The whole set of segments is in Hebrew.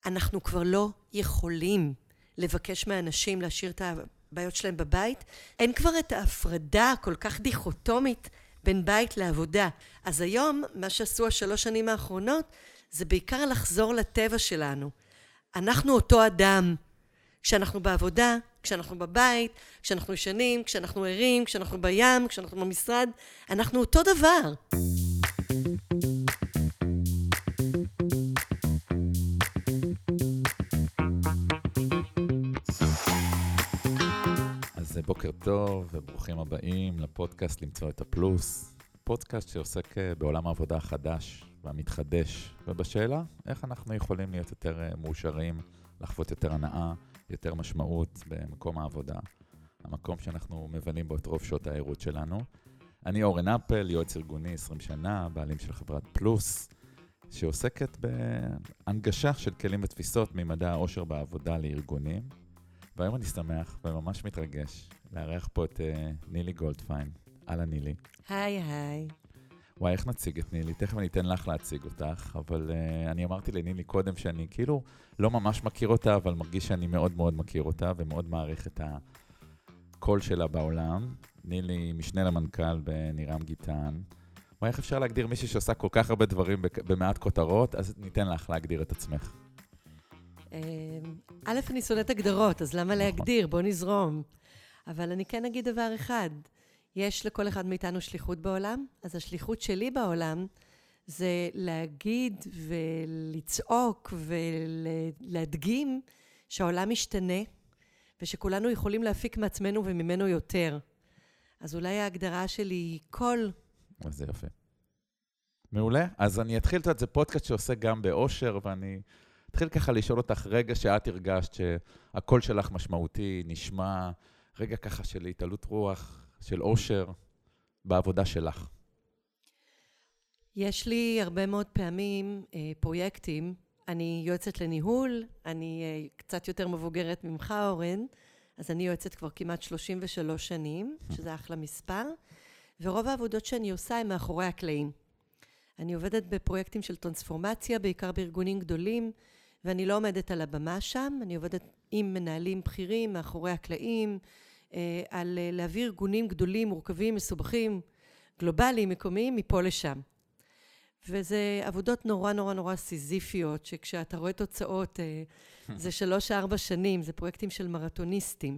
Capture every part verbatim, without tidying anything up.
אנחנו כבר לא יכולים לבקש מהאנשים להשאיר את הבעיות שלהם בבית. אין כבר את ההפרדה כל כך דיכוטומית בין בית לעבודה. אז היום, מה שעשו השלוש שנים האחרונות, זה בעיקר לחזור לטבע שלנו. אנחנו אותו אדם. כשאנחנו בעבודה, כשאנחנו בבית, כשאנחנו ישנים, כשאנחנו ערים, כשאנחנו בים, כשאנחנו במשרד, אנחנו אותו דבר. אז בוקר טוב וברוכים הבאים לפודקאסט למצוא את הפלוס. פודקאסט שעוסק בעולם העבודה החדש והמתחדש, ובשאלה איך אנחנו יכולים להיות יותר מאושרים, לחוות יותר הנאה, יותר משמעות במקום העבודה, המקום שאנחנו מבלים בו את רוב שעות העירות שלנו. אני אורן אפל, יועץ ארגוני עשרים שנה, בעלים של חברת פלוס, שעוסקת בהנגשה של כלים ותפיסות ממדע העושר בעבודה לארגונים. והיום אני שמח וממש מתרגש לארח פה את uh, נילי גולדפיין. הלאה נילי. היי היי. וואי, איך נציג את נילי? תכף אני אתן לך להציג אותך, אבל uh, אני אמרתי לנילי קודם שאני כאילו לא ממש מכיר אותה, אבל מרגיש שאני מאוד מאוד מכיר אותה ומאוד מעריך את הקול שלה בעולם. נילי משנה למנכ"ל בנירם גיטן. וואי, איך אפשר להגדיר מישהי שעושה כל כך הרבה דברים במעט כותרות? אז ניתן לך להגדיר את עצמך. א', אני שונאת הגדרות, אז למה להגדיר? בוא נזרום. אבל אני כן אגיד דבר אחד. יש לכל אחד מאיתנו שליחות בעולם, אז השליחות שלי בעולם זה להגיד ולצעוק ולהדגים שהעולם משתנה, ושכולנו יכולים להפיק מעצמנו וממנו יותר. אז אולי ההגדרה שלי היא כל... אז זה יפה. מעולה. אז אני אתחיל את זה פודקאסט שעושה גם באושר, ואני... התחיל ככה לשאול אותך רגע שאת הרגשת שהקול שלך משמעותי, נשמע, רגע ככה של התעלות רוח, של אושר, בעבודה שלך. יש לי הרבה מאוד פעמים אה, פרויקטים, אני יועצת לניהול, אני אה, קצת יותר מבוגרת ממך אורן, אז אני יועצת כבר כמעט שלושים ושלוש שנים, שזה אחלה מספר, ורוב העבודות שאני עושה הן מאחורי הקלעים. אני עובדת בפרויקטים של טרנספורמציה, בעיקר בארגונים גדולים, ואני לא עומדת על הבמה שם, אני עובדת עם מנהלים בכירים מאחורי הקלעים, אה, על להביא ארגונים גדולים, מורכבים, מסובכים, גלובליים, מקומיים, מפה לשם. וזה עבודות נורא נורא נורא סיזיפיות, שכשאתה רואה תוצאות, אה, זה שלוש-ארבע שנים, זה פרויקטים של מרתוניסטים.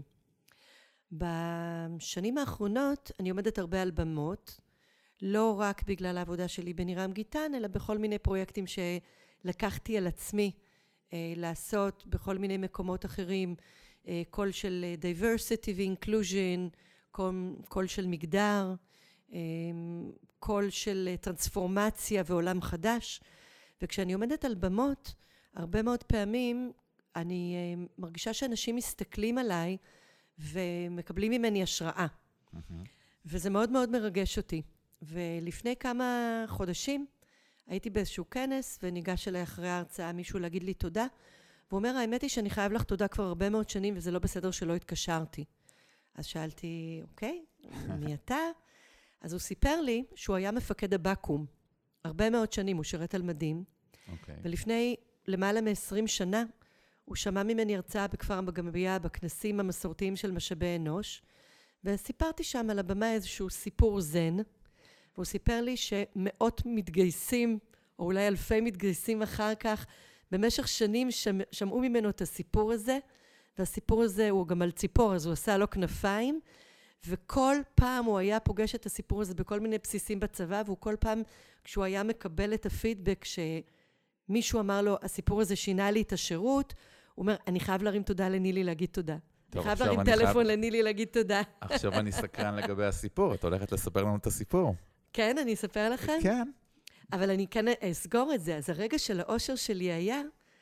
בשנים האחרונות אני עומדת הרבה על במות, לא רק בגלל העבודה שלי בנירם גיטן, אלא בכל מיני פרויקטים שלקחתי על עצמי אה, לעשות בכל מיני מקומות אחרים, אה, קול של diversity ו-inclusion, קול, קול של מגדר, אה, קול של טרנספורמציה ועולם חדש. וכשאני עומדת על במות, הרבה מאוד פעמים אני אה, מרגישה שאנשים מסתכלים עליי ומקבלים ממני השראה. Mm-hmm. וזה מאוד מאוד מרגש אותי. ולפני כמה חודשים הייתי באיזשהו כנס וניגש אליי אחרי ההרצאה מישהו להגיד לי תודה, והוא אומר, האמת היא שאני חייב לך תודה כבר הרבה מאוד שנים וזה לא בסדר שלא התקשרתי. אז שאלתי, אוקיי, מי אתה? אז הוא סיפר לי שהוא היה מפקד הבקו"ם. הרבה מאוד שנים הוא שירת על מדים, okay. ולפני למעלה מ-עשרים שנה הוא שמע ממני הרצאה בכפר המגמבייה בכנסים המסורתיים של משאבי אנוש, וסיפרתי שם על הבמה איזשהו סיפור זן, והוא סיפר לי שמאות מתגייסים, או אולי אלפי מתגייסים אחר כך, במשך שנים שמעו ממנו את הסיפור הזה, והסיפור הזה הוא גם על ציפור, אז הוא עשה לו כנפיים, וכל פעם הוא היה פוגש את הסיפור הזה בכל מיני בסיסים בצבא, והוא כל פעם כשהוא היה מקבל את הפידבק שמישהו אמר לו, הסיפור הזה שינה לי את השירות, הוא אומר, אני חייב להרים תודה לנילי להגיד תודה. אני חייב להרים טלפון לנילי להגיד תודה. עכשיו אני סקרן לגבי הסיפור, את הולכת לספר לנו את הסיפור. כן, אני אספר לכם? כן. אבל אני כאן אסגור את זה. אז הרגע של האושר שלי היה,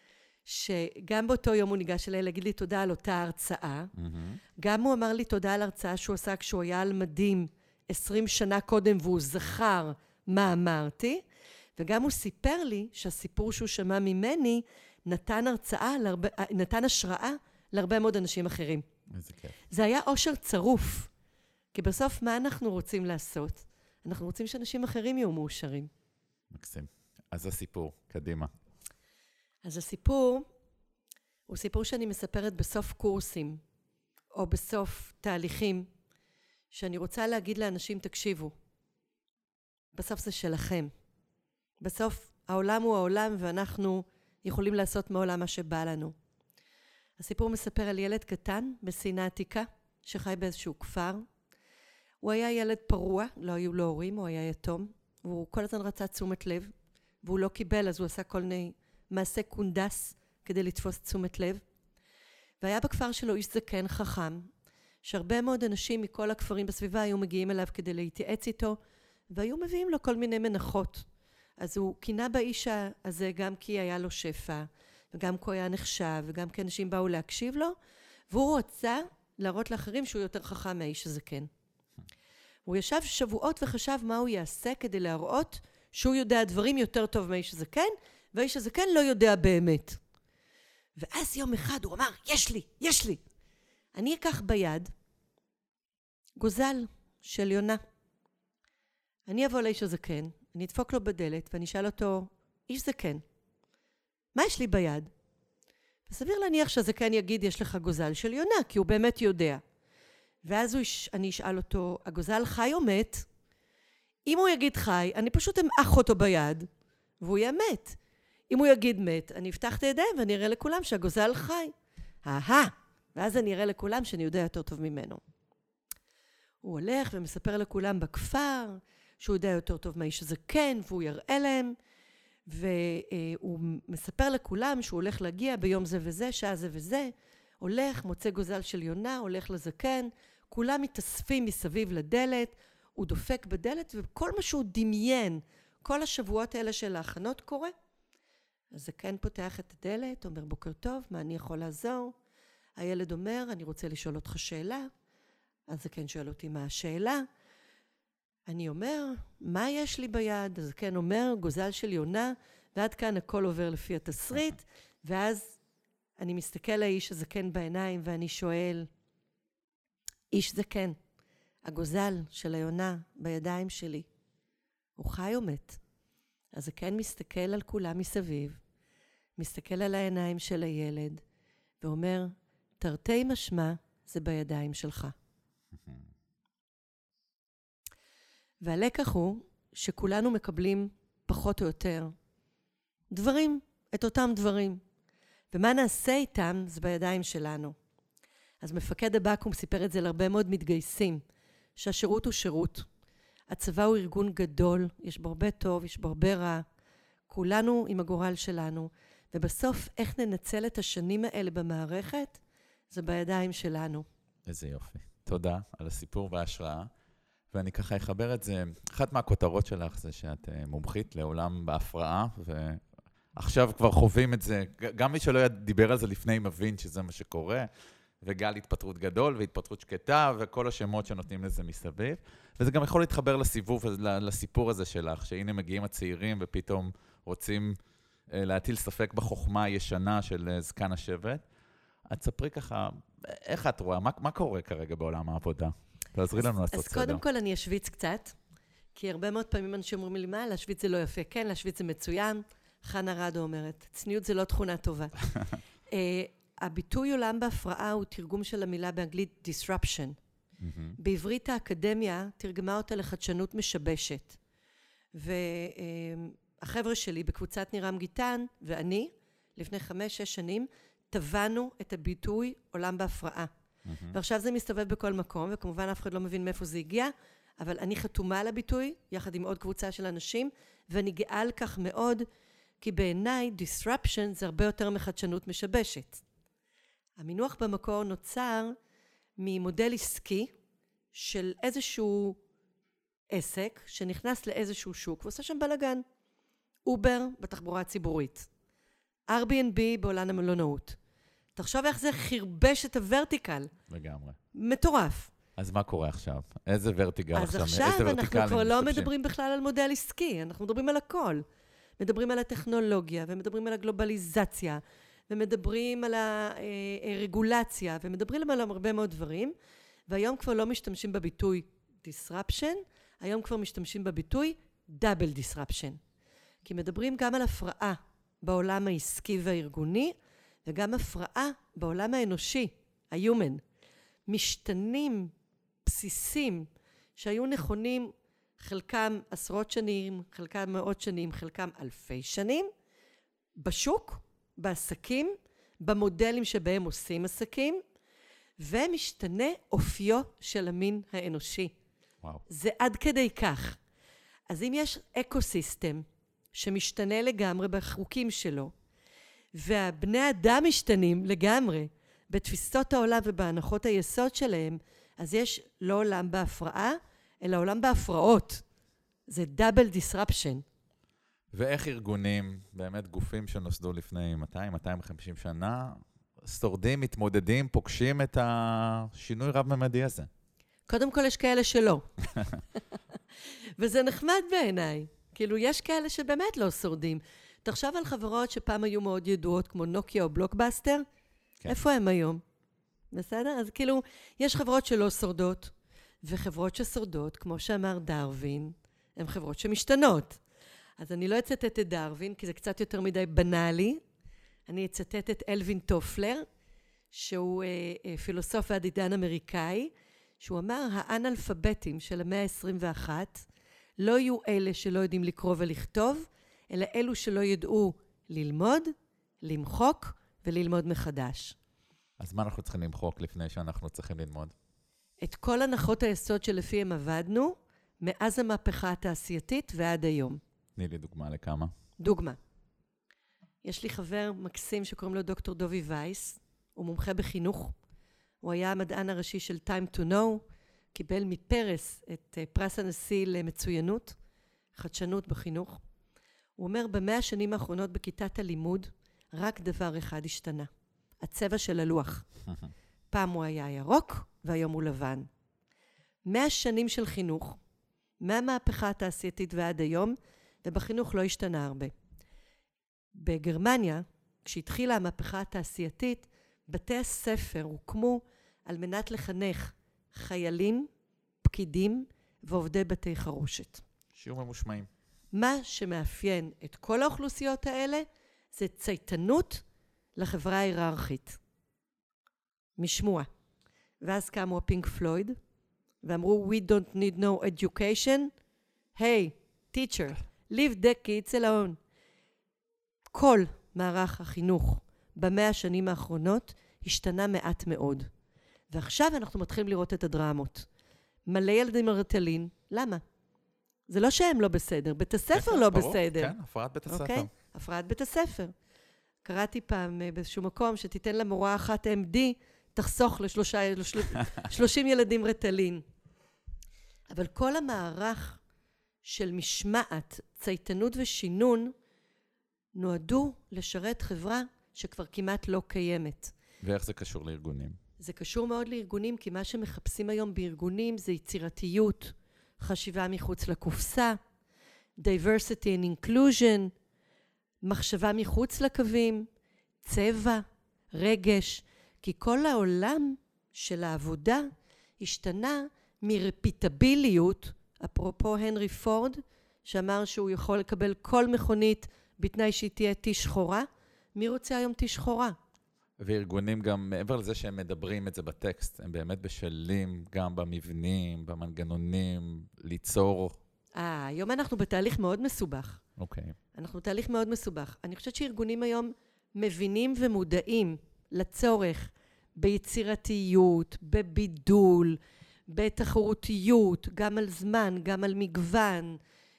שגם באותו יום הוא ניגש אליי להגיד לי תודה על אותה הרצאה. Mm-hmm. גם הוא אמר לי תודה על הרצאה שהוא עשה כשהוא היה על מדים עשרים שנה קודם, והוא זכר מה אמרתי. וגם הוא סיפר לי שהסיפור שהוא שמע ממני, נתן הרצאה, להרבה, נתן השראה להרבה מאוד אנשים אחרים. איזה כיף. זה היה אושר צרוף. כי בסוף מה אנחנו רוצים לעשות? אנחנו רוצים שאנשים אחרים יהיו מאושרים. מקסים. אז הסיפור, קדימה. אז הסיפור הוא סיפור שאני מספרת בסוף קורסים, או בסוף תהליכים, שאני רוצה להגיד לאנשים, תקשיבו, בסוף זה שלכם. בסוף העולם הוא העולם, ואנחנו יכולים לעשות מעולם מה שבא לנו. הסיפור מספר על ילד קטן בסין העתיקה, שחי באיזשהו כפר. הוא היה ילד פרוע, לא היו לו הורים, הוא היה יתום, והוא כל הזמן רצה תשומת לב, והוא לא קיבל, אז הוא עשה כל מיני מעשה קונדס כדי לתפוס תשומת לב. והיה בכפר שלו איש זקן חכם, שהרבה מאוד אנשים מכל הכפרים בסביבה היו מגיעים אליו כדי להתייעץ איתו, והיו מביאים לו כל מיני מנחות. אז הוא קינה באיש הזה גם כי היה לו שפע, וגם כי הוא היה נחשב, וגם כי אנשים באו להקשיב לו, והוא רצה להראות לאחרים שהוא יותר חכם מהאיש הזקן. הוא ישב שבועות וחשב מה הוא יעשה כדי להראות שהוא יודע דברים יותר טוב מהאיש הזקן, והאיש הזקן לא יודע באמת. ואז יום אחד הוא אמר, יש לי, יש לי. אני אקח ביד גוזל של יונה. אני אבוא לאיש הזקן, אני אדפוק לו בדלת ואני אשאל אותו, איש זקן, מה יש לי ביד? וסביר להניח שהזקן יגיד, יש לך גוזל של יונה, כי הוא באמת יודע. ואז יש, אני אשאל אותו, הגוזל חי או מת? אם הוא יגיד חי, אני פשוט אמח אותו ביד, והוא יהיה מת. אם הוא יגיד מת, אני אפתח את הידיים ואני אראה לכולם שהגוזל חי. אהה, ואז אני אראה לכולם שאני יודע יותר טוב ממנו. הוא הולך ומספר לכולם בכפר, שהוא יודע יותר טוב מהאיש הזקן, והוא יראה להם, והוא מספר לכולם שהוא הולך להגיע ביום זה וזה, שעה זה וזה, הולך, מוצא גוזל של יונה, הולך לזקן, כולם מתאספים מסביב לדלת, הוא דופק בדלת, וכל מה שהוא דמיין, כל השבועות האלה של ההכנות קורה. הזקן פותח את הדלת, אומר בוקר טוב, מה אני יכול לעזור? הילד אומר, אני רוצה לשאול אותך שאלה. הזקן שואל אותי מה השאלה. אני אומר, מה יש לי ביד? הזקן אומר, גוזל של יונה, ועד כאן הכל עובר לפי התסריט, ואז אני מסתכל לאיש הזקן בעיניים ואני שואל, איש זקן, הגוזל של היונה בידיים שלי, הוא חי או מת? הזקן מסתכל על כולם מסביב, מסתכל על העיניים של הילד, ואומר, תרתי משמע, זה בידיים שלך. והלקח הוא שכולנו מקבלים פחות או יותר דברים, את אותם דברים. ומה נעשה איתם זה בידיים שלנו. אז מפקד הבקו"ם סיפר את זה להרבה מאוד מתגייסים, שהשירות הוא שירות. הצבא הוא ארגון גדול, יש בו הרבה טוב, יש בו הרבה רע. כולנו עם הגורל שלנו. ובסוף איך ננצל את השנים האלה במערכת, זה בידיים שלנו. איזה יופי. תודה על הסיפור וההשראה. ואני ככה אחבר את זה, אחת מהכותרות שלך זה שאת מומחית לעולם בהפרעה, ועכשיו כבר חווים את זה, גם מי שלא דיבר על זה לפני מבין שזה מה שקורה, וגל התפטרות גדול והתפטרות שקטה, וכל השמות שנותנים לזה מסביב, וזה גם יכול להתחבר לסיבוב, לסיפור הזה שלך, שהנה מגיעים הצעירים ופתאום רוצים להטיל ספק בחוכמה הישנה של זקן השבט. את ספרי ככה, איך את רואה, מה, מה קורה כרגע בעולם העבודה? תעזרי לנו לעשות סדר. אז קודם כל אני אשוויץ קצת, כי הרבה מאוד פעמים אנשים אומרים לי, מה, להשוויץ זה לא יפה. כן, להשוויץ זה מצוין. חנה רדו אומרת, צניעות זה לא תכונה טובה. uh, הביטוי עולם בהפרעה הוא תרגום של המילה באנגלית disruption. בעברית האקדמיה תרגמה אותה לחדשנות משבשת. והחבר'ה שלי בקבוצת נירם גיטן ואני, לפני חמש, שש שנים, טבענו את הביטוי עולם בהפרעה. Mm-hmm. ועכשיו זה מסתובב בכל מקום, וכמובן אף אחד לא מבין מאיפה זה הגיע, אבל אני חתומה על הביטוי, יחד עם עוד קבוצה של אנשים, ואני גאה על כך מאוד, כי בעיניי disruption זה הרבה יותר מחדשנות משבשת. המינוח במקור נוצר ממודל עסקי של איזשהו עסק שנכנס לאיזשהו שוק, ועושה שם בלגן. אובר בתחבורה הציבורית. אר בי אנד בי בעולם המלונאות. תחשוב איך זה חרבש את הוורטיקל. לגמרי. מטורף. אז מה קורה עכשיו? איזה ורטיקל עכשיו? אז עכשיו אנחנו כבר לא מדברים בכלל על מודל עסקי, אנחנו מדברים על הכל. מדברים על הטכנולוגיה, ומדברים על הגלובליזציה, ומדברים על הרגולציה, ומדברים על הרבה מאוד דברים, והיום כבר לא משתמשים בביטוי disruption, היום כבר משתמשים בביטוי double disruption. כי מדברים גם על הפרעה בעולם העסקי והארגוני, וגם הפרעה בעולם האנושי, ה-human, משתנים בסיסים שהיו נכונים חלקם עשרות שנים, חלקם מאות שנים, חלקם אלפי שנים, בשוק, בעסקים, במודלים שבהם עושים עסקים, ומשתנה אופיו של המין האנושי. וואו. זה עד כדי כך. אז אם יש אקוסיסטם שמשתנה לגמרי בחוקים שלו, והבני אדם משתנים לגמרי בתפיסות העולם ובהנחות היסוד שלהם, אז יש לא עולם בהפרעה, אלא עולם בהפרעות. זה דאבל דיסרפשן. ואיך ארגונים, באמת גופים שנוסדו לפני מאתיים מאתיים וחמישים שנה, שורדים, מתמודדים, פוגשים את השינוי רב-ממדי הזה? קודם כל יש כאלה שלא. וזה נחמד בעיניי. כאילו, יש כאלה שבאמת לא שורדים. תחשב על חברות שפעם היו מאוד ידועות, כמו נוקיה או בלוקבאסטר. כן. איפה הם היום? בסדר? אז כאילו, יש חברות שלא שורדות, וחברות ששורדות, כמו שאמר דרווין, הן חברות שמשתנות. אז אני לא אצטט את דרווין, כי זה קצת יותר מדי בנאלי. אני אצטט את אלווין טופלר, שהוא אה, אה, פילוסוף ועדידן אמריקאי, שהוא אמר, האנאלפביתים של המאה ה-עשרים ואחת לא יהיו אלה שלא יודעים לקרוא ולכתוב, אלא אלו שלא ידעו ללמוד, למחוק וללמוד מחדש. אז מה אנחנו צריכים למחוק לפני שאנחנו צריכים ללמוד? את כל הנחות היסוד שלפיהם עבדנו, מאז המהפכה התעשייתית ועד היום. תני לי דוגמה לכמה. דוגמה. יש לי חבר מקסים שקוראים לו דוקטור דובי וייס, הוא מומחה בחינוך. הוא היה המדען הראשי של Time to Know, קיבל מפרס את פרס הנשיא למצוינות, חדשנות בחינוך. הוא אומר, במאה השנים האחרונות בכיתת הלימוד, רק דבר אחד השתנה. הצבע של הלוח. פעם הוא היה ירוק, והיום הוא לבן. מאה שנים של חינוך, מהמהפכה התעשייתית ועד היום, ובחינוך לא השתנה הרבה. בגרמניה, כשהתחילה המהפכה התעשייתית, בתי הספר הוקמו על מנת לחנך חיילים, פקידים ועובדי בתי חרושת. שיהיו ממושמעים. מה שמאפיין את כל האוכלוסיות האלה זה צייתנות לחברה ההיררכית. משמוע. ואז קמו הפינק פלויד ואמרו, we don't need no education. Hey, teacher, leave the kids alone. כל מערך החינוך במאה השנים האחרונות השתנה מעט מאוד. ועכשיו אנחנו מתחילים לראות את הדרמות. מלא ילדים מרטלין, למה? זה לא שהם לא בסדר, בית הספר לא בסדר. כן, הפרעת בית הספר. אוקיי? הפרעת בית הספר. קראתי פעם באיזשהו מקום שתיתן למורה אחת אם די, תחסוך לשלושה, לשלושים ילדים רטלין. אבל כל המערך של משמעת, צייתנות ושינון, נועדו לשרת חברה שכבר כמעט לא קיימת. ואיך זה קשור לארגונים? זה קשור מאוד לארגונים, כי מה שמחפשים היום בארגונים זה יצירתיות, חשיבה מחוץ לקופסה, diversity and inclusion, מחשבה מחוץ לקווים, צבע, רגש, כי כל העולם של העבודה השתנה מרפיטביליות, אפרופו הנרי פורד, שאמר שהוא יכול לקבל כל מכונית בתנאי שהיא תהיה תי שחורה, מי רוצה היום תי שחורה? וארגונים גם, מעבר לזה שהם מדברים את זה בטקסט, הם באמת בשלים גם במבנים, במנגנונים, ליצור. אה, היום אנחנו בתהליך מאוד מסובך. אוקיי. אנחנו בתהליך מאוד מסובך. אני חושבת שארגונים היום מבינים ומודעים לצורך ביצירתיות, בבידול, בתחרותיות, גם על זמן, גם על מגוון,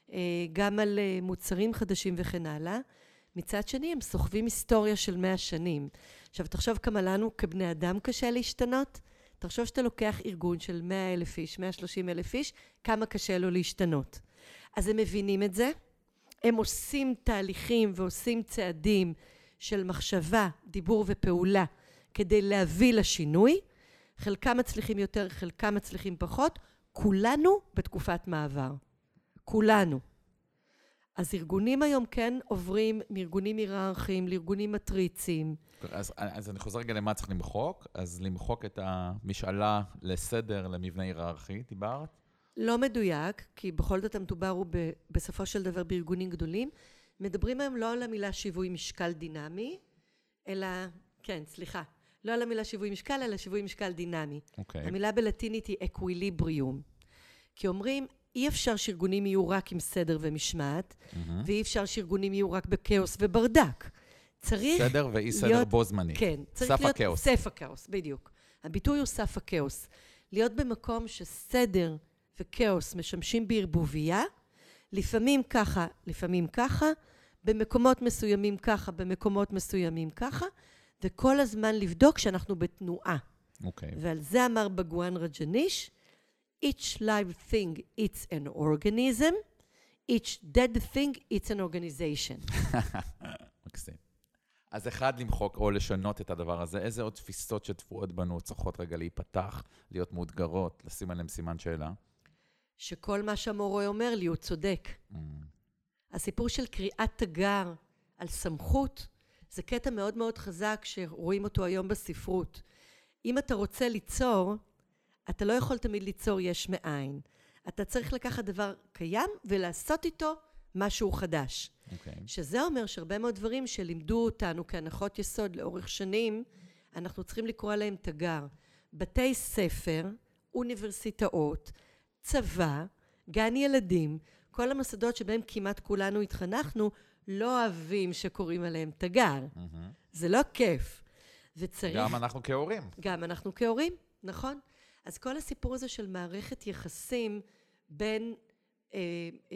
גם על מוצרים חדשים וכן הלאה. מצד שני, הם סוחבים היסטוריה של מאה שנים. עכשיו, תחשוב כמה לנו כבני אדם קשה להשתנות. תחשוב שאתה לוקח ארגון של מאה אלף איש, מאה ושלושים אלף איש, כמה קשה לו להשתנות. אז הם מבינים את זה, הם עושים תהליכים ועושים צעדים של מחשבה, דיבור ופעולה, כדי להביא לשינוי. חלקם מצליחים יותר, חלקם מצליחים פחות. כולנו בתקופת מעבר. כולנו. אז ארגונים היום כן עוברים מארגונים היררכיים לארגונים מטריציים. אז, אז אני חוזר רגע למה צריך למחוק. אז למחוק את המשאלה לסדר למבנה היררכי, דיברת? לא מדויק, כי בכל זאת המדובר הוא ב, בסופו של דבר בארגונים גדולים. מדברים היום לא על המילה שיווי משקל דינמי, אלא כן, סליחה. לא על המילה שיווי משקל, אלא שיווי משקל דינמי. אוקיי. המילה בלטינית היא אקוויליבריום. כי אומרים, אי אפשר שארגונים יהיו רק עם סדר ומשמעת, ואי אפשר שארגונים יהיו רק בכאוס וברדק. צריך סדר ואי סדר להיות, בו זמני. כן, צריך סף להיות הכאוס. סף הכאוס, בדיוק. הביטוי הוא סף הכאוס. להיות במקום שסדר וכאוס משמשים בערבוביה, לפעמים ככה, לפעמים ככה, במקומות מסוימים ככה, במקומות מסוימים ככה, וכל הזמן לבדוק שאנחנו בתנועה. אוקיי. ועל זה אמר בגואן רג'ניש, each live thing it's an organism, each dead thing it's an organization. מקסים. אז אחד, למחוק או לשנות את הדבר הזה, איזה עוד תפיסות שתפועות בנו צריכות רגע להיפתח, להיות מאותגרות, לשים עליהם סימן שאלה? שכל מה שהמורה אומר לי הוא צודק. Mm. הסיפור של קריאת תגר על סמכות, זה קטע מאוד מאוד חזק שרואים אותו היום בספרות. אם אתה רוצה ליצור, אתה לא יכול תמיד ליצור יש מאין. אתה צריך לקחת דבר קיים ולעשות איתו משהו חדש. אוקיי. שזה אומר שהרבה מאוד דברים שלימדו אותנו כהנחות יסוד לאורך שנים, אנחנו צריכים לקרוא עליהם תגר. בתי ספר, אוניברסיטאות, צבא, גן ילדים, כל המוסדות שבהם כמעט כולנו התחנכנו, לא אוהבים שקוראים עליהם תגר. Mm-hmm. זה לא כיף. וצריך... גם אנחנו כהורים. גם אנחנו כהורים, נכון. אז כל הסיפור הזה של מערכת יחסים בין אה, אה,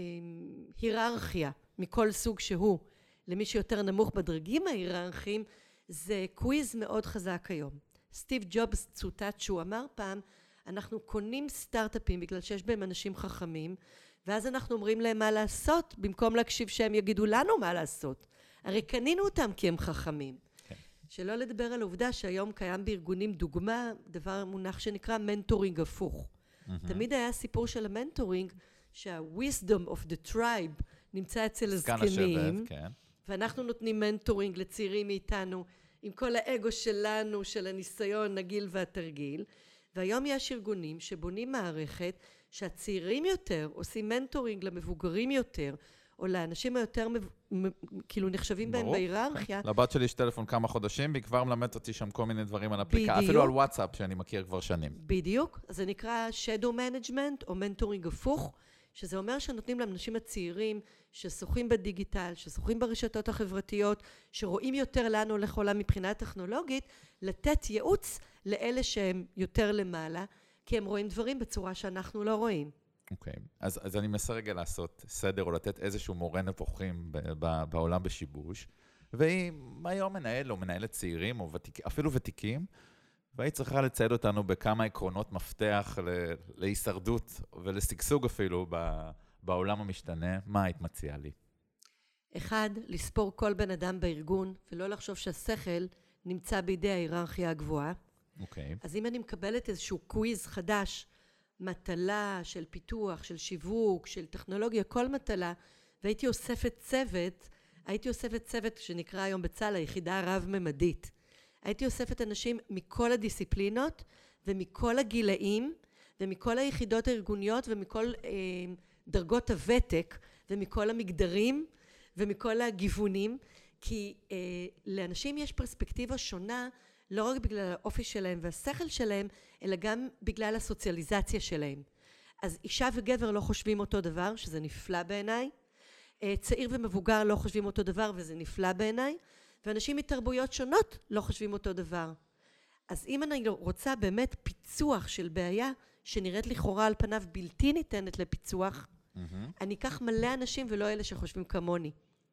היררכיה מכל סוג שהוא, למי שיותר נמוך בדרגים ההיררכיים, זה קוויז מאוד חזק היום. סטיב ג'ובס צוטט שהוא אמר פעם, אנחנו קונים סטארט-אפים בגלל שיש בהם אנשים חכמים, ואז אנחנו אומרים להם מה לעשות, במקום להקשיב שהם יגידו לנו מה לעשות. הרי קנינו אותם כי הם חכמים. כן. שלא לדבר על העובדה שהיום קיים בארגונים דוגמה, דבר מונח שנקרא מנטורינג הפוך. Mm-hmm. תמיד היה סיפור של המנטורינג, שה-wisdom of the tribe נמצא אצל הזקנים, כן. ואנחנו נותנים מנטורינג לצעירים מאיתנו, עם כל האגו שלנו, של הניסיון, הגיל והתרגיל, והיום יש ארגונים שבונים מערכת שהצעירים יותר עושים מנטורינג למבוגרים יותר, או לאנשים היותר כאילו נחשבים בהם בהיררכיה. לבת שלי יש טלפון כמה חודשים, והיא כבר מלמדת אותי שם כל מיני דברים על אפליקציה, אפילו על וואטסאפ שאני מכיר כבר שנים. בדיוק, אז זה נקרא shadow management או מנטורינג הפוך, שזה אומר שנותנים לאנשים הצעירים ששוחים בדיגיטל, ששוחים ברשתות החברתיות, שרואים יותר לאן הולך עולם מבחינה טכנולוגית, לתת ייעוץ לאלה שהם יותר למעלה, כי הם רואים דברים בצורה שאנחנו לא רואים. אוקיי, okay. אז, אז אני מנסה רגע לעשות סדר או לתת איזשהו מורה נבוכים ב- ב- בעולם בשיבוש, והיא היום מנהל או מנהלת צעירים או ותיק, אפילו ותיקים, והיא צריכה לצייד אותנו בכמה עקרונות מפתח ל- להישרדות ולסגסוג אפילו ב- בעולם המשתנה. מה היית מציעה לי? אחד, לספור כל בן אדם בארגון, ולא לחשוב שהשכל נמצא בידי ההיררכיה הגבוהה. אוקיי. אז אם אני מקבלת איזשהו קוויז חדש, מטלה של פיתוח, של שיווק, של טכנולוגיה, כל מטלה, והייתי אוספת צוות, הייתי אוספת צוות שנקרא היום בצה"ל היחידה הרב-ממדית. הייתי אוספת אנשים מכל הדיסציפלינות ומכל הגילאים ומכל היחידות הארגוניות ומכל אה, דרגות הוותק ומכל המגדרים ומכל הגיוונים, כי אה, לאנשים יש פרספקטיבה שונה, לא רק בגלל האופי שלהם והשכל שלהם, אלא גם בגלל הסוציאליזציה שלהם. אז אישה וגבר לא חושבים אותו דבר, שזה נפלא בעיניי. צעיר ומבוגר לא חושבים אותו דבר, וזה נפלא בעיניי. ואנשים מתרבויות שונות לא חושבים אותו דבר. אז אם אני רוצה באמת פיצוח של בעיה, שנראית לכאורה על פניו בלתי ניתנת לפיצוח, mm-hmm. אני אקח מלא אנשים ולא אלה שחושבים כמוני.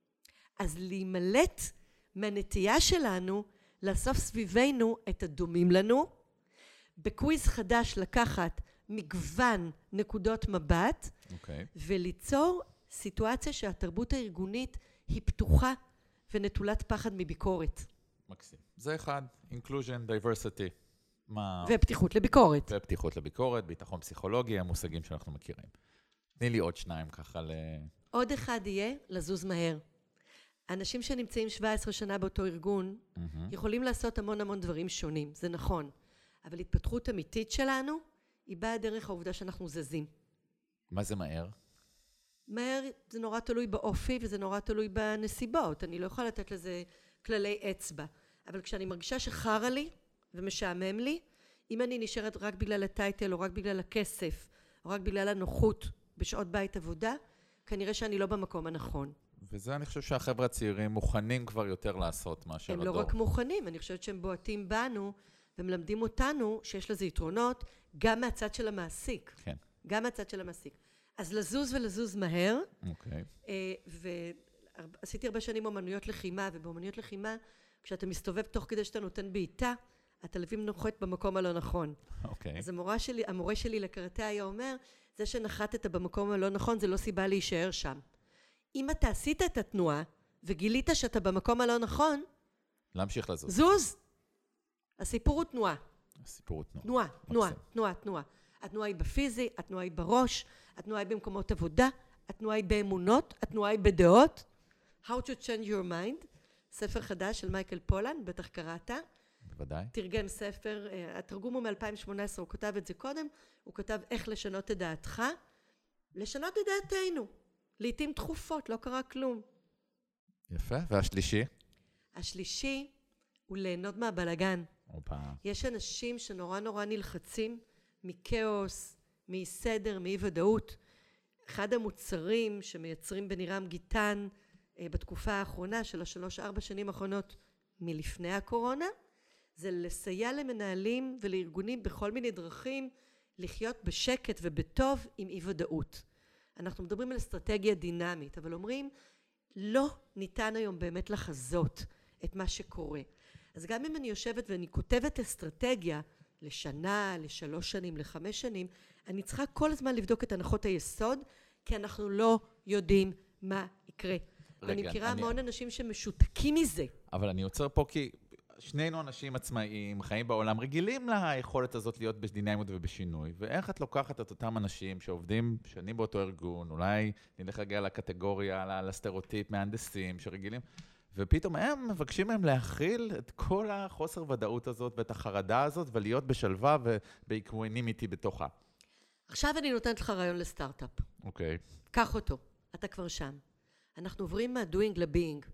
אז להימלט מהנטייה שלנו, לאסוף סביבנו את הדומים לנו, בקוויז חדש לקחת מגוון נקודות מבט, okay. וליצור סיטואציה שהתרבות הארגונית היא פתוחה ונטולת פחד מביקורת. מקסים. זה אחד, inclusion, diversity. מה... ופתיחות לביקורת. ופתיחות לביקורת, ביטחון פסיכולוגי, המושגים שאנחנו מכירים. תני לי עוד שניים ככה ל... עוד אחד יהיה לזוז מהר. אנשים שנמצאים שבע עשרה שנה באותו ארגון, mm-hmm. יכולים לעשות המון המון דברים שונים, זה נכון. אבל התפתחות אמיתית שלנו, היא באה דרך העובדה שאנחנו זזים. מה זה מהר? מהר זה נורא תלוי באופי, וזה נורא תלוי בנסיבות. אני לא יכולה לתת לזה כללי אצבע. אבל כשאני מרגישה שחרה לי ומשעמם לי, אם אני נשארת רק בגלל הטייטל או רק בגלל הכסף או רק בגלל הנוחות בשעות בית עבודה, כנראה שאני לא במקום הנכון. וזה אני חושב שהחבר'ה הצעירים מוכנים כבר יותר לעשות מאשר הם הדור. לא רק מוכנים, אני חושבת שהם בועטים בנו ומלמדים אותנו שיש לזה יתרונות גם מהצד של המעסיק. כן. גם מהצד של המעסיק. אז לזוז ולזוז מהר. אוקיי. ועשיתי הרבה שנים אומנויות לחימה, ובאומנויות לחימה, כשאתה מסתובב תוך כדי שאתה נותן בעיטה, אתה לפעמים נוחת במקום הלא נכון. אוקיי. אז המורה שלי, המורה שלי לקראטה היה אומר, זה שנחתת במקום הלא נכון, זה לא סיבה להישאר שם. אם אתה עשית את התנועה, וגילית שאתה במקום הלא נכון, להמשיך לזוז. זוז. הסיפור הוא תנועה. הסיפור הוא תנועה. תנועה, תנועה, תנועה, תנועה. התנועה היא בפיזי, התנועה היא בראש, התנועה היא במקומות עבודה, התנועה היא באמונות, התנועה היא בדעות. How to change your mind, ספר חדש של מייקל פולן, בטח קראת. בוודאי. תרגם ספר, התרגום הוא מ-אלפיים שמונה עשרה, הוא כתב את זה קודם, הוא כתב איך לשנות את דעתך, לשנות את דעתנו. לעתים תכופות, לא קרה כלום. יפה, והשלישי? השלישי הוא ליהנות מהבלגן. אופה. יש אנשים שנורא נורא נלחצים מכאוס, מאי סדר, מאי ודאות. אחד המוצרים שמייצרים בנירם גיטן בתקופה האחרונה של השלוש ארבע שנים האחרונות מלפני הקורונה, זה לסייע למנהלים ולארגונים בכל מיני דרכים לחיות בשקט ובטוב עם אי ודאות. אנחנו מדברים על אסטרטגיה דינמית, אבל אומרים, לא ניתן היום באמת לחזות את מה שקורה. אז גם אם אני יושבת ואני כותבת אסטרטגיה לשנה, לשלוש שנים, לחמש שנים, אני צריכה כל הזמן לבדוק את הנחות היסוד, כי אנחנו לא יודעים מה יקרה. רגע, אני מכירה אני... המון אנשים שמשותקים מזה. אבל אני עוצר פה כי שנינו אנשים עצמאיים, חיים בעולם, רגילים ליכולת הזאת להיות בדינמיות ובשינוי. ואיך את לוקחת את אותם אנשים שעובדים שנים באותו ארגון, אולי נלך רגע לקטגוריה, לסטריאוטיפ, מהנדסים שרגילים, ופתאום הם מבקשים מהם להכיל את כל החוסר ודאות הזאת ואת החרדה הזאת, ולהיות בשלווה ובאקווינימיטי בתוכה. עכשיו אני נותנת לך רעיון לסטארט-אפ. אוקיי. קח אותו, אתה כבר שם. אנחנו עוברים מה-doing ל-being.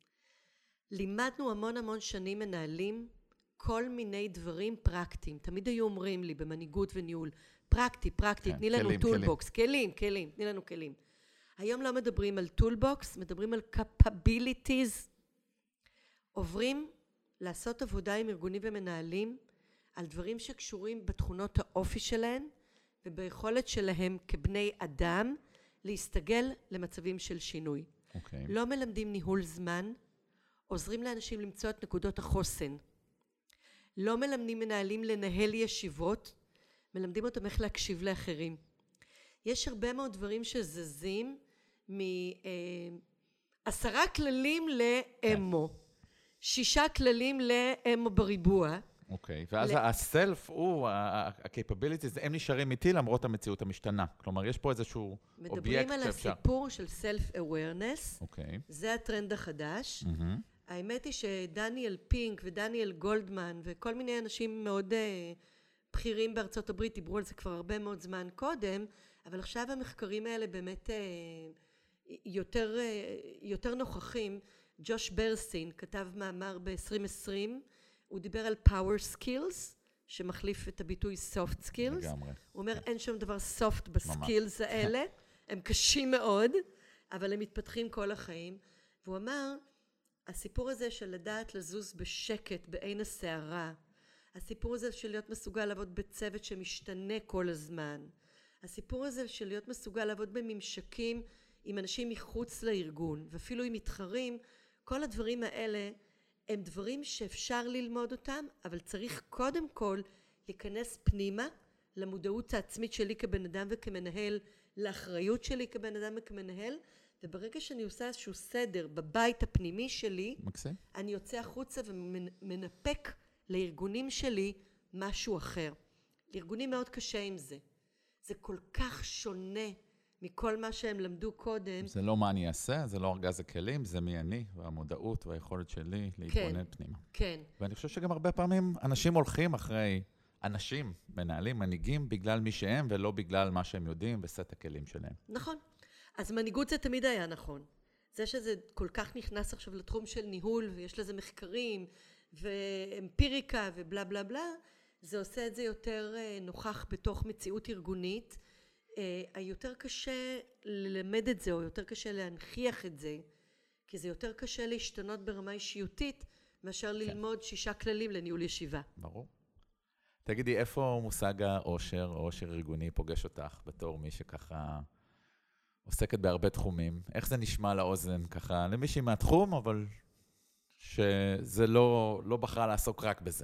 לימדנו המון המון שנים מנהלים כל מיני דברים פרקטיים. תמיד היו אומרים לי במנהיגות וניהול, פרקטי, פרקטי, תני לנו טולבוקס, כלים, כלים, תני לנו כלים. היום לא מדברים על טולבוקס, מדברים על capabilities. עוברים לעשות עבודה עם ארגונים ומנהלים על דברים שקשורים בתכונות האופי שלהם וביכולת שלהם כבני אדם להסתגל למצבים של שינוי. אוקיי. לא מלמדים ניהול זמן, עוזרים לאנשים למצוא את נקודות החוסן. לא מלמדים מנהלים לנהל ישיבות, מלמדים אותם איך להקשיב לאחרים. יש הרבה מאוד דברים שזזים מעשרה כללים לאמו, שישה כללים לאמו בריבוע. אוקיי, ואז הסלף הוא, ה-capabilities, הם נשארים איתי למרות המציאות המשתנה. כלומר, יש פה איזשהו אובייקט שאפשר. מדברים על הסיפור של self-awareness, אוקיי. זה הטרנד החדש. האמת היא שדניאל פינק ודניאל גולדמן וכל מיני אנשים מאוד בכירים בארצות הברית דיברו על זה כבר הרבה מאוד זמן קודם, אבל עכשיו המחקרים האלה באמת יותר, יותר נוכחים. ג'וש ברסין כתב מאמר ב-עשרים עשרים, הוא דיבר על power skills, שמחליף את הביטוי soft skills. לגמרי. הוא אומר, אין שום דבר soft בסקילס האלה, הם קשים מאוד, אבל הם מתפתחים כל החיים. והוא אמר, הסיפור הזה של לדעת לזוז בשקט בעין הסערה, הסיפור הזה של להיות מסוגל לעבוד בצוות שמשתנה כל הזמן, הסיפור הזה של להיות מסוגל לעבוד בממשקים עם אנשים מחוץ לארגון, ואפילו עם מתחרים, כל הדברים האלה הם דברים שאפשר ללמוד אותם, אבל צריך קודם כל להיכנס פנימה למודעות העצמית שלי כבן אדם וכמנהל, לאחריות שלי כבן אדם וכמנהל, וברגע שאני עושה איזשהו סדר בבית הפנימי שלי, מקסים. אני יוצא החוצה ומנפק לארגונים שלי משהו אחר. לארגונים מאוד קשה עם זה. זה כל כך שונה מכל מה שהם למדו קודם. זה לא מה אני אעשה, זה לא ארגז הכלים, זה מי אני, והמודעות והיכולת שלי להתבונן כן, פנימה. כן. ואני חושב שגם הרבה פעמים אנשים הולכים אחרי אנשים, מנהלים, מנהיגים, בגלל מי שהם, ולא בגלל מה שהם יודעים וסט הכלים שלהם. נכון. אז מנהיגות זה תמיד היה נכון. זה שזה כל כך נכנס עכשיו לתחום של ניהול, ויש לזה מחקרים, ואמפיריקה ובלה בלה בלה, זה עושה את זה יותר נוכח בתוך מציאות ארגונית. היותר קשה ללמד את זה, או יותר קשה להנכיח את זה, כי זה יותר קשה להשתנות ברמה אישיותית, מאשר ללמוד שישה כללים לניהול ישיבה. ברור. תגידי, איפה מושג האושר, או אושר ארגוני, פוגש אותך בתור מי שככה עוסקת בהרבה תחומים? איך זה נשמע לאוזן ככה, למישהי מהתחום, אבל שזה לא, לא בחרה לעסוק רק בזה?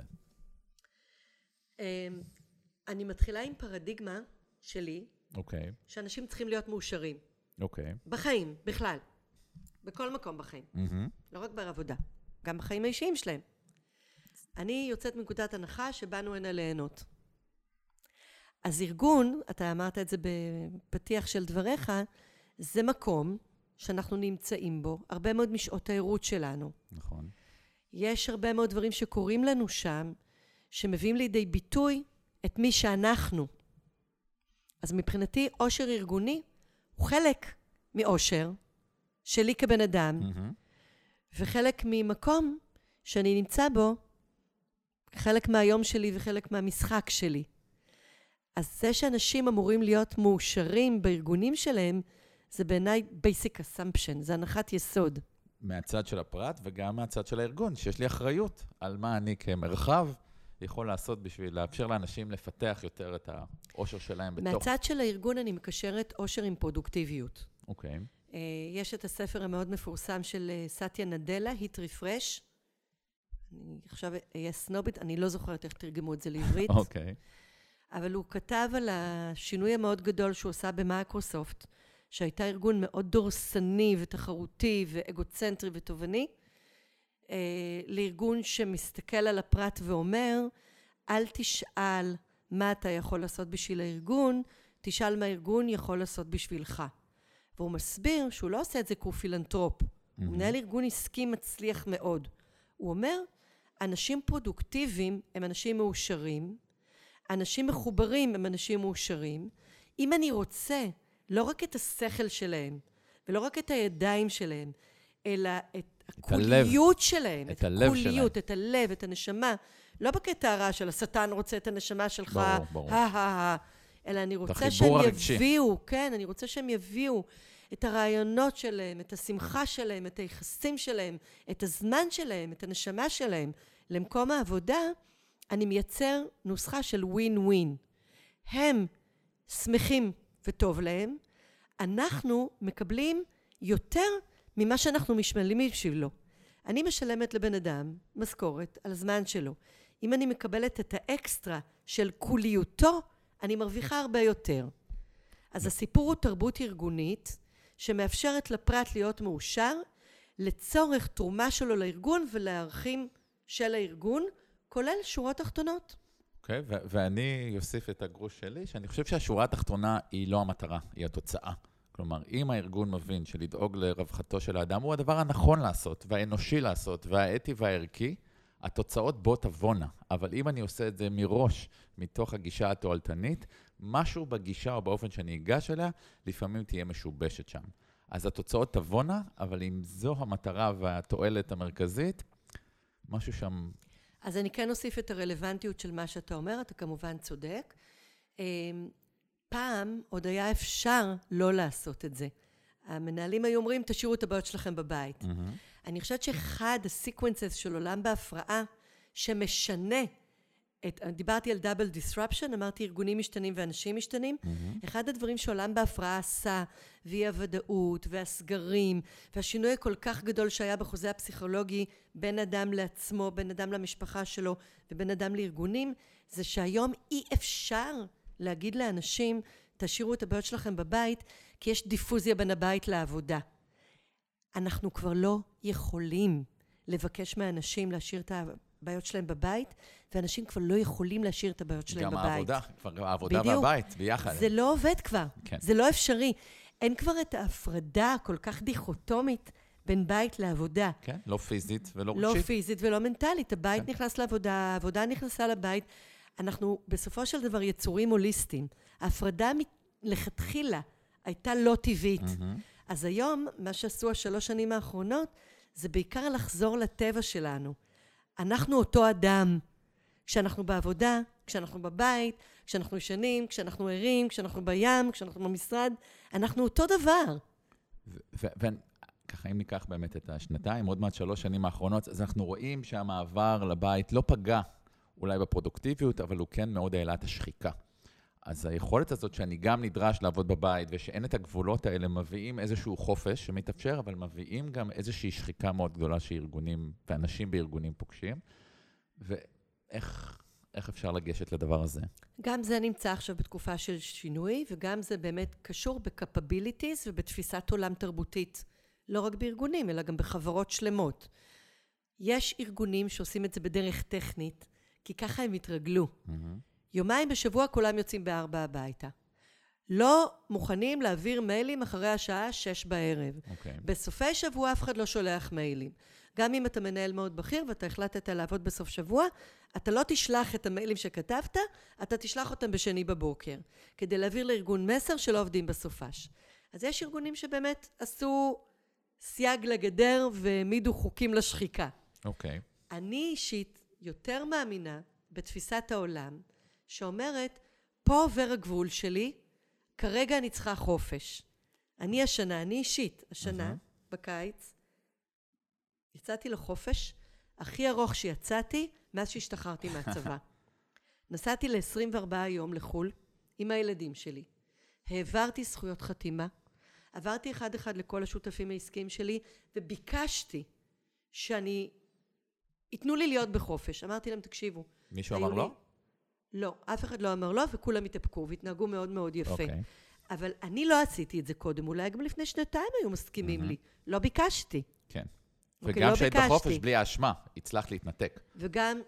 אני מתחילה עם פרדיגמה שלי, אוקיי. שאנשים צריכים להיות מאושרים. אוקיי. בחיים, בכלל. בכל מקום בחיים. Mm-hmm. לא רק בעבודה, גם בחיים האישיים שלהם. אני יוצאת מנקודת הנחה שבאנו הנה ליהנות. אז ארגון, אתה אמרת את זה בפתיח של דבריך, זה מקום שאנחנו נמצאים בו, הרבה מאוד משעות העירות שלנו. נכון. יש הרבה מאוד דברים שקורים לנו שם, שמביאים לידי ביטוי את מי שאנחנו. אז מבחינתי, אושר ארגוני הוא חלק מאושר שלי כבן אדם, Mm-hmm. וחלק ממקום שאני נמצא בו, חלק מהיום שלי וחלק מהמשחק שלי. אז זה שאנשים אמורים להיות מאושרים בארגונים שלהם, זה בעיניי basic assumption, זה הנחת יסוד. מהצד של הפרט וגם מהצד של הארגון, שיש לי אחריות על מה אני כמרחב יכול לעשות בשביל לאפשר לאנשים לפתח יותר את האושר שלהם בתוך. מהצד של הארגון אני מקשרת אושר עם פרודוקטיביות. אוקיי. יש את הספר המאוד מפורסם של סטיה נדלה, Hit Refresh. אני עכשיו אהיה סנובית, אני לא זוכרת איך תרגמו את זה לעברית. אוקיי. אבל הוא כתב על השינוי המאוד גדול שהוא עושה במייקרוסופט, שהייתה ארגון מאוד דורסני ותחרותי ואגוצנטרי ותובעני, לארגון שמסתכל על הפרט ואומר, אל תשאל מה אתה יכול לעשות בשביל הארגון, תשאל מה הארגון יכול לעשות בשבילך. והוא מסביר שהוא לא עושה את זה כמו פילנטרופ. Mm-hmm. הוא מנהל ארגון עסקי מצליח מאוד. הוא אומר, אנשים פרודוקטיביים הם אנשים מאושרים, אנשים מחוברים הם אנשים מאושרים. אם אני רוצה לא רק את השכל שלהם, ולא רק את הידיים שלהם, אלא את הקוליות שלהם, את הלב שלהם. את הלב, את הנשמה, לא בקטע הרע של השטן רוצה את הנשמה שלך, ברור, ברור. הא, הא, הא. אלא אני רוצה שהם יביאו, כן, אני רוצה שהם יביאו את הרעיונות שלהם, את השמחה שלהם, את היחסים שלהם, את הזמן שלהם, את הנשמה שלהם, למקום העבודה, אני מייצר נוסחה של ווין ווין. הם שמחים וטוב להם, אנחנו מקבלים יותר ממה שאנחנו משלמים בשבילו. אני משלמת לבן אדם משכורת על הזמן שלו. אם אני מקבלת את האקסטרה של כוליותו, אני מרוויחה הרבה יותר. אז הסיפור הוא תרבות ארגונית, שמאפשרת לפרט להיות מאושר, לצורך תרומה שלו לארגון ולערכים של הארגון, כולל שורות תחתונות. אוקיי, okay, ו- ואני אוסיף את הגרוש שלי, שאני חושב שהשורה התחתונה היא לא המטרה, היא התוצאה. כלומר, אם הארגון מבין שלדאוג לרווחתו של האדם הוא הדבר הנכון לעשות, והאנושי לעשות, והאתי והערכי, התוצאות בו תבונה. אבל אם אני עושה את זה מראש, מתוך הגישה התועלתנית, משהו בגישה או באופן שאני אגש אליה, לפעמים תהיה משובשת שם. אז התוצאות תבונה, אבל אם זו המטרה והתועלת המרכזית, משהו שם... אז אני כן אוסיף את הרלוונטיות של מה שאתה אומר, אתה כמובן צודק. פעם עוד היה אפשר לא לעשות את זה. המנהלים היו אומרים, תשאירו את הבעיות שלכם בבית. Mm-hmm. אני חושבת שאחד הסיקוונסס של עולם בהפרעה, שמשנה, את, דיברתי על דאבל דיסרפשן, אמרתי ארגונים משתנים ואנשים משתנים, mm-hmm. אחד הדברים שעולם בהפרעה עשה, והיא הוודאות והסגרים, והשינוי הכל כך גדול שהיה בחוזה הפסיכולוגי, בין אדם לעצמו, בין אדם למשפחה שלו, ובין אדם לארגונים, זה שהיום אי אפשר להגיד לאנשים, תשאירו את הבעיות שלכם בבית, כי יש דיפוזיה בין הבית לעבודה. אנחנו כבר לא יכולים לבקש מהאנשים להשאיר את הבעיות שלהם בבית, ואנשים כבר לא יכולים להשאיר את הבעיות שלהם גם בבית. גם העבודה, כבר העבודה בדיוק. והבית, ביחד. זה לא עובד כבר, כן. זה לא אפשרי. אין כבר את ההפרדה הכל כך דיכוטומית בין בית לעבודה. כן, לא פיזית ולא לא רגשית. פיזית ולא מנטלית. הבית כן. נכנס לעבודה, העבודה נכנסה לבית. אנחנו בסופו של דבר יצורים הוליסטיים. ההפרדה לכתחילה הייתה לא טבעית. Mm-hmm. אז היום, מה שעשו השלוש שנים האחרונות, זה בעיקר לחזור לטבע שלנו. אנחנו אותו אדם. כשאנחנו בעבודה, כשאנחנו בבית, כשאנחנו ישנים, כשאנחנו ערים, כשאנחנו בים, כשאנחנו במשרד, אנחנו אותו דבר. וככה, אם ניקח באמת את השנתיים, עוד מעט שלוש שנים האחרונות, אז אנחנו רואים שהמעבר לבית לא פגע אולי בפרודוקטיביות, אבל הוא כן מאוד העלה את השחיקה. אז היכולת הזאת שאני גם נדרש לעבוד בבית, ושאין את הגבולות האלה, מביאים איזשהו חופש שמתאפשר, אבל מביאים גם איזושהי שחיקה מאוד גדולה שארגונים ואנשים בארגונים פוגשים. ואיך איך אפשר לגשת לדבר הזה? גם זה נמצא עכשיו בתקופה של שינוי, וגם זה באמת קשור ב-capabilities ובתפיסת עולם תרבותית. לא רק בארגונים, אלא גם בחברות שלמות. יש ארגונים שעושים את זה בדרך טכנית, כי ככה הם התרגלו. Mm-hmm. יומיים בשבוע כולם יוצאים בארבע הביתה. לא מוכנים להעביר מיילים אחרי השעה שש בערב. Okay. בסופי שבוע אף אחד לא שולח מיילים. גם אם אתה מנהל מאוד בכיר ואתה החלטת לעבוד בסוף שבוע, אתה לא תשלח את המיילים שכתבת, אתה תשלח אותם בשני בבוקר, כדי להעביר לארגון מסר שלא עובדים בסופש. אז יש ארגונים שבאמת עשו סייג לגדר והעמידו חוקים לשחיקה. אוקיי. Okay. אני אישית יותר מאמינה בתפיסת העולם, שאומרת, פה עובר הגבול שלי, כרגע אני צריכה חופש. אני השנה, אני אישית, השנה, uh-huh. בקיץ, יצאתי לחופש, הכי ארוך שיצאתי, מאז שהשתחררתי מהצבא. נסעתי ל-עשרים וארבעה יום לחול, עם הילדים שלי. העברתי זכויות חתימה, עברתי אחד אחד לכל השותפים העסקיים שלי, וביקשתי שאני, ייתנו לי להיות בחופש. אמרתי להם, תקשיבו. מישהו אמר לי... לא? לא, אף אחד לא אמר לא, וכולם התאפקו, והתנהגו מאוד מאוד יפה. Okay. אבל אני לא עשיתי את זה קודם, אולי גם לפני שנתיים היו מסכימים mm-hmm. לי. לא ביקשתי. כן. Okay, וגם לא שהיית בחופש בלי האשמה, הצלחת להתנתק. וגם,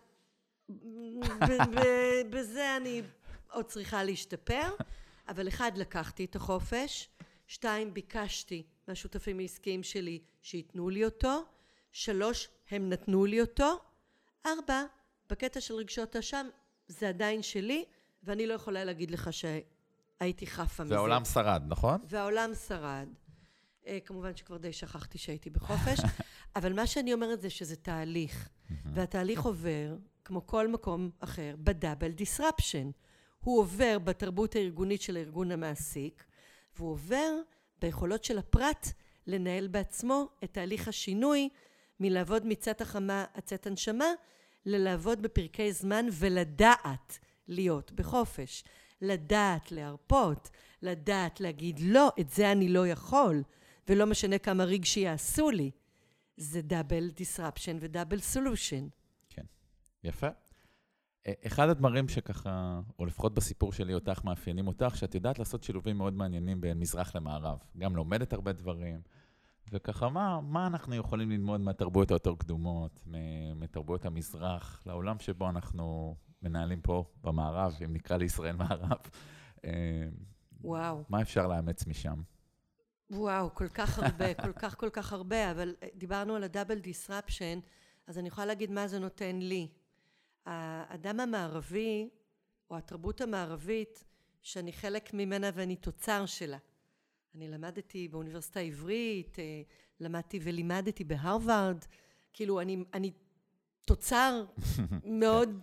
ב- ב- בזה אני עוד צריכה להשתפר, אבל אחד, לקחתי את החופש, שתיים, ביקשתי מהשותפים העסקיים שלי שיתנו לי אותו, שלוש, הם נתנו לי אותו, ארבע, בקטע של רגשות האשם, זה עדיין שלי, ואני לא יכולה להגיד לך שהייתי חפה מזה. והעולם שרד, נכון? והעולם שרד. כמובן שכבר די שכחתי שהייתי בחופש, אבל מה שאני אומרת זה שזה תהליך, והתהליך עובר, כמו כל מקום אחר, בדאבל דיסרפשן. הוא עובר בתרבות הארגונית של הארגון המעסיק, והוא עובר ביכולות של הפרט לנהל בעצמו את תהליך השינוי, מלעבוד מצאת החמה הצאת הנשמה, ללעבוד בפרקי זמן ולדעת להיות בחופש. לדעת להרפות, לדעת להגיד לא, את זה אני לא יכול, ולא משנה כמה רגשי יעשו לי. זה דאבל דיסרפשן ודאבל סולושן. כן, יפה. אחד הדברים שככה, או לפחות בסיפור שלי אותך מאפיינים אותך, שאת יודעת לעשות שילובים מאוד מעניינים בין מזרח למערב. גם לומדת הרבה דברים, וככה מה, מה אנחנו יכולים ללמוד מהתרבויות היותר קדומות, מתרבויות המזרח, לעולם שבו אנחנו מנהלים פה במערב, אם נקרא לישראל מערב. וואו. מה אפשר לאמץ משם? וואו, כל כך הרבה, כל כך כל כך הרבה, אבל דיברנו על הדאבל דיסרפשן, אז אני יכולה להגיד מה זה נותן לי. האדם המערבי, או התרבות המערבית, שאני חלק ממנה ואני תוצר שלה. אני למדתי באוניברסיטה העברית, למדתי ולימדתי בהרווארד, כאילו אני, אני תוצר מאוד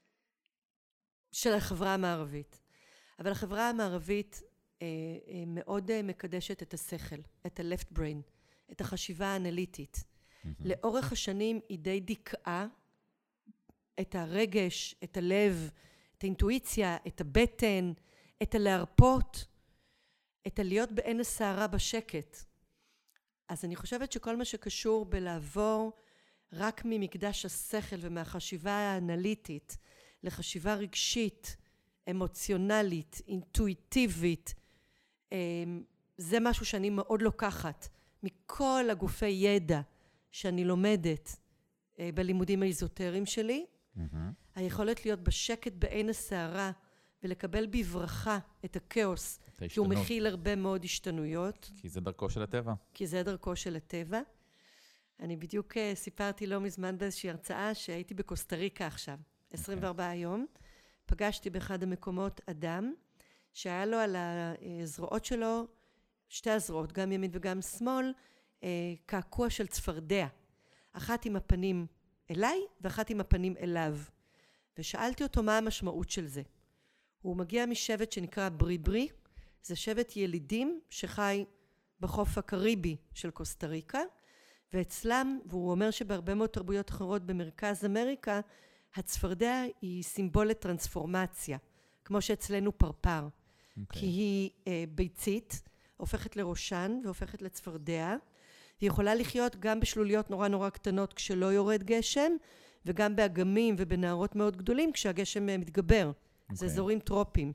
של החברה המערבית. אבל החברה המערבית מאוד מקדשת את השכל, את ה-left brain, את החשיבה האנליטית. לאורך השנים היא די דיכאה את הרגש, את הלב, את האינטואיציה, את הבטן, את הלהרפות, את הלהיות בעין הסערה בשקט. אז אני חושבת שכל מה שקשור בלעבור רק ממקדש השכל ומהחשיבה האנליטית לחשיבה רגשית, אמוציונלית, אינטואיטיבית, זה משהו שאני מאוד לוקחת מכל הגופי ידע שאני לומדת בלימודים האיזוטריים שלי. Mm-hmm. היכולת להיות בשקט בעין הסערה ולקבל בברכה את הכאוס, כי הוא מכיל הרבה מאוד השתנויות. כי זה דרכו של הטבע. כי זה דרכו של הטבע. אני בדיוק סיפרתי לא מזמן באיזושהי הרצאה שהייתי בקוסטה ריקה עכשיו, okay. עשרים וארבעה יום. פגשתי באחד המקומות אדם, שהיה לו על הזרועות שלו, שתי הזרועות, גם ימין וגם שמאל, קעקוע של צפרדע. אחת עם הפנים אליי ואחת עם הפנים אליו. ושאלתי אותו מה המשמעות של זה. הוא מגיע משבט שנקרא ברי ברי, זה שבט ילידים שחי בחוף הקריבי של קוסטה ריקה, ואצלם, והוא אומר שבהרבה מאוד תרבויות אחרות במרכז אמריקה, הצפרדע היא סימבולת טרנספורמציה, כמו שאצלנו פרפר. Okay. כי היא אה, ביצית, הופכת לראשן והופכת לצפרדע, היא יכולה לחיות גם בשלוליות נורא נורא קטנות כשלא יורד גשם, וגם באגמים ובנהרות מאוד גדולים כשהגשם מתגבר. Okay. זה אזורים טרופיים.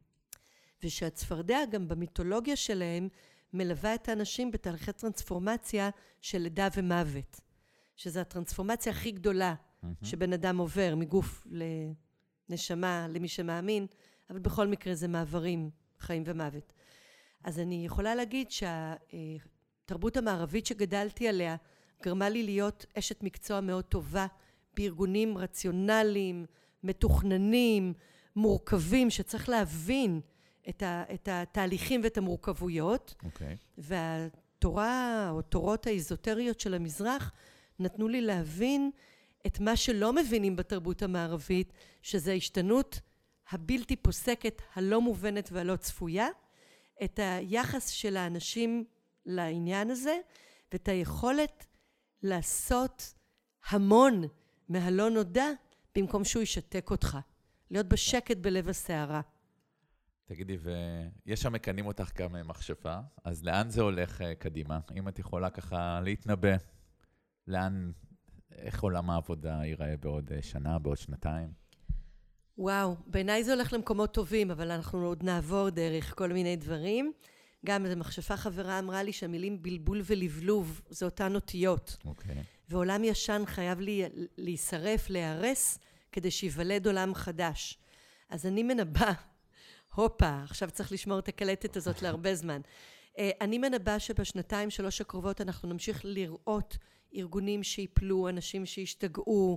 ושהצפרדע גם במיתולוגיה שלהם מלווה את האנשים בתהליכי טרנספורמציה של לידה ומוות. שזו הטרנספורמציה הכי גדולה mm-hmm. שבן אדם עובר מגוף לנשמה, למי שמאמין, אבל בכל מקרה זה מעברים, חיים ומוות. אז אני יכולה להגיד שהתרבות המערבית שגדלתי עליה גרמה לי להיות אשת מקצוע מאוד טובה בארגונים רציונליים, מתוכננים, מורכבים, שצריך להבין את, ה, את התהליכים ואת המורכבויות. אוקיי. והתורה או תורות האיזוטריות של המזרח נתנו לי להבין את מה שלא מבינים בתרבות המערבית, שזה ההשתנות הבלתי פוסקת, הלא מובנת והלא צפויה, את היחס של האנשים לעניין הזה, ואת היכולת לעשות המון מהלא נודע, במקום שהוא ישתק אותך. להיות בשקט בלב הסערה. תגידי, ויש שם מקנים אותך גם מחשבה, אז לאן זה הולך קדימה? אם את יכולה ככה להתנבא, לאן, איך עולם העבודה ייראה בעוד שנה, בעוד שנתיים? וואו, בעיניי זה הולך למקומות טובים, אבל אנחנו עוד נעבור דרך כל מיני דברים. גם איזו מחשבה חברה אמרה לי שהמילים בלבול ולבלוב זה אותן אותיות. אוקיי. ועולם ישן חייב לי, להישרף, להיהרס, כדי שיוולד עולם חדש. אז אני מנבא, הופה, עכשיו צריך לשמור את הקלטת הזאת להרבה זמן. אני מנבא שבשנתיים, שלוש הקרובות, אנחנו נמשיך לראות ארגונים שיפלו, אנשים שישתגעו,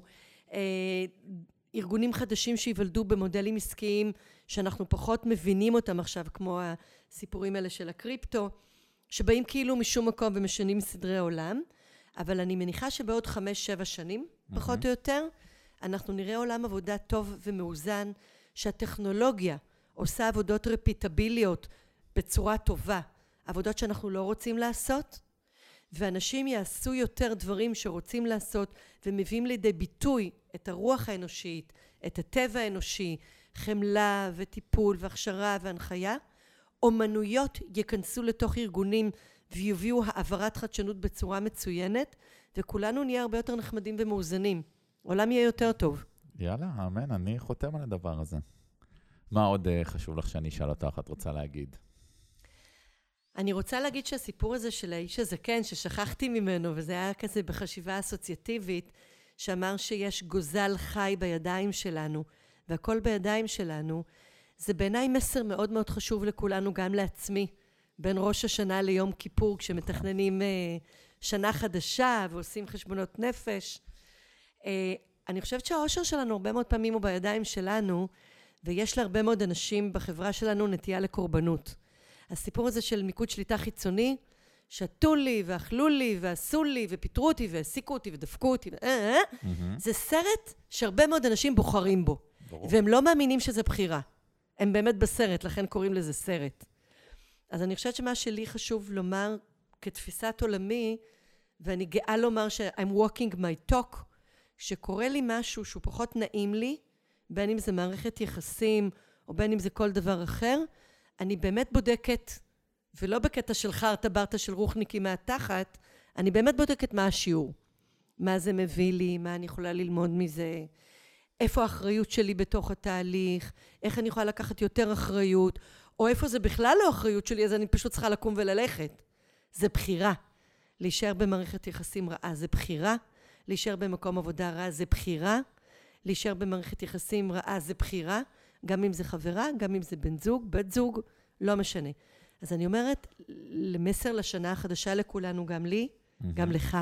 ארגונים חדשים שיוולדו במודלים עסקיים, שאנחנו פחות מבינים אותם עכשיו, כמו הסיפורים האלה של הקריפטו, שבאים כאילו משום מקום ומשנים סדרי עולם, אבל אני מניחה שבעוד חמש, שבע שנים, פחות או יותר, אנחנו נראה עולם עבודה טוב ומאוזן, שהטכנולוגיה עושה עבודות רפיטביליות בצורה טובה, עבודות שאנחנו לא רוצים לעשות, ואנשים יעשו יותר דברים שרוצים לעשות, ומביאים לידי ביטוי את הרוח האנושית, את הטבע האנושי, חמלה וטיפול והכשרה והנחיה. אומנויות ייכנסו לתוך ארגונים ויביאו העברת חדשנות בצורה מצוינת, וכולנו נהיה הרבה יותר נחמדים ומאוזנים. עולם יהיה יותר טוב. יאללה, אמן, אני חותם על הדבר הזה. מה עוד uh, חשוב לך שאני אשאל אותך, את רוצה להגיד? אני רוצה להגיד שהסיפור הזה של האיש הזה, כן, ששכחתי ממנו, וזה היה כזה בחשיבה אסוציאטיבית, שאמר שיש גוזל חי בידיים שלנו, והכל בידיים שלנו, זה בעיניי מסר מאוד מאוד חשוב לכולנו, גם לעצמי, בין ראש השנה ליום כיפור, כשמתכננים uh, שנה חדשה ועושים חשבונות נפש. Uh, אני חושבת שהאושר שלנו הרבה מאוד פעמים הוא בידיים שלנו, ויש להרבה מאוד אנשים בחברה שלנו נטייה לקורבנות. הסיפור הזה של מיקוד שליטה חיצוני, שתו לי ואכלו לי ועשו לי ופיטרו אותי והעסיקו אותי ודפקו אותי, זה סרט שהרבה מאוד אנשים בוחרים בו. והם לא מאמינים שזה בחירה. הם באמת בסרט, לכן קוראים לזה סרט. אז אני חושבת שמה שלי חשוב לומר כתפיסת עולמי, ואני גאה לומר ש-I'm walking my talk, שקורה לי משהו שהוא פחות נעים לי, בין אם זה מערכת יחסים, או בין אם זה כל דבר אחר, אני באמת בודקת, ולא בקטע של חרטה ברטה של רוחניקי מהתחת, אני באמת בודקת מה השיעור. מה זה מביא לי, מה אני יכולה ללמוד מזה, איפה האחריות שלי בתוך התהליך, איך אני יכולה לקחת יותר אחריות, או איפה זה בכלל לא אחריות שלי, אז אני פשוט צריכה לקום וללכת. זה בחירה. להישאר במערכת יחסים רעה זה בחירה, להישאר במקום עבודה רע זה בחירה, להישאר במערכת יחסים רעה זה בחירה, גם אם זה חברה, גם אם זה בן זוג, בת זוג, לא משנה. אז אני אומרת, למסר לשנה החדשה לכולנו, גם לי, mm-hmm. גם לך,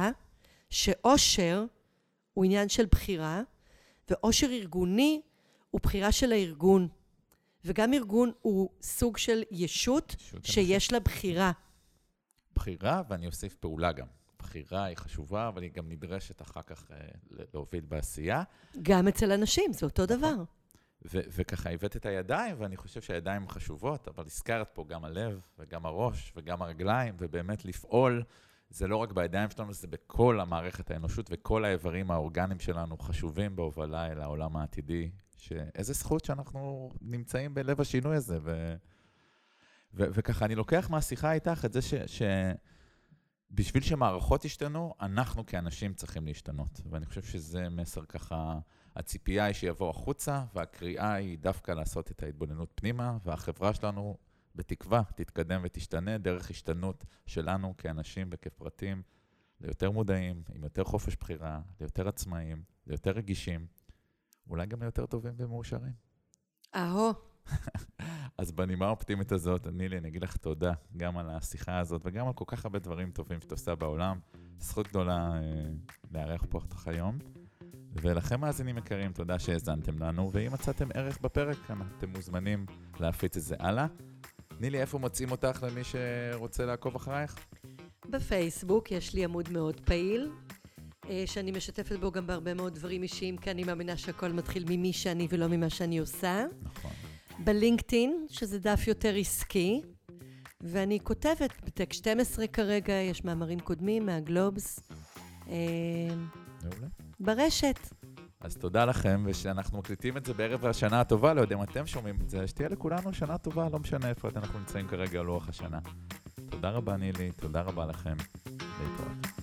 שאושר הוא עניין של בחירה, ואושר ארגוני הוא בחירה של הארגון. וגם ארגון הוא סוג של ישות שיש לה בחירה. בחירה, ואני אוסיף פעולה גם. הבחירה היא חשובה, אבל היא גם נדרשת אחר כך להוביל בעשייה. גם אצל אנשים, זה אותו דבר. ו- וככה הבאת את הידיים, ואני חושב שהידיים חשובות, אבל הזכרת פה גם הלב, וגם הראש, וגם הרגליים, ובאמת לפעול, זה לא רק בידיים שלנו, זה בכל המערכת האנושות, וכל האיברים האורגניים שלנו חשובים בהובלה אל העולם העתידי, שאיזה זכות שאנחנו נמצאים בלב השינוי הזה, ו- ו- וככה אני לוקח מהשיחה איתך את זה ש... ש- בשביל שמערכות ישתנו, אנחנו כאנשים צריכים להשתנות, ואני חושב שזה מסר ככה, הציפייה היא שיבוא החוצה, והקריאה היא דווקא לעשות את ההתבוננות פנימה, והחברה שלנו בתקווה תתקדם ותשתנה דרך השתנות שלנו כאנשים וכפרטים, ליותר מודעים, עם יותר חופש בחירה, ליותר עצמאים, ליותר רגישים, אולי גם ליותר טובים ומאושרים. אהו. אז בנימה האופטימית הזאת, נילי, אני אגיד לך תודה גם על השיחה הזאת, וגם על כל כך הרבה דברים טובים שאת עושה בעולם. זכות גדולה אה, לארח פה אותך היום. ולכם מאזינים יקרים, תודה שהאזנתם לנו, ואם מצאתם ערך בפרק, אתם מוזמנים להפיץ את זה הלאה. נילי, איפה מוצאים אותך למי שרוצה לעקוב אחרייך? בפייסבוק יש לי עמוד מאוד פעיל, שאני משתפת בו גם בהרבה מאוד דברים אישיים, כי אני מאמינה שהכל מתחיל ממי שאני ולא ממה שאני עושה. נכון. בלינקדאין, שזה דף יותר עסקי, ואני כותבת בטק שתים עשרה כרגע, יש מאמרים קודמים מהגלובס. מעולה. ברשת. אז תודה לכם, ושאנחנו מקליטים את זה בערב השנה הטובה, לא יודע אם אתם שומעים את זה, שתהיה לכולנו שנה טובה, לא משנה איפה אנחנו נמצאים כרגע על לוח השנה. תודה רבה נילי, תודה רבה לכם, להתראות.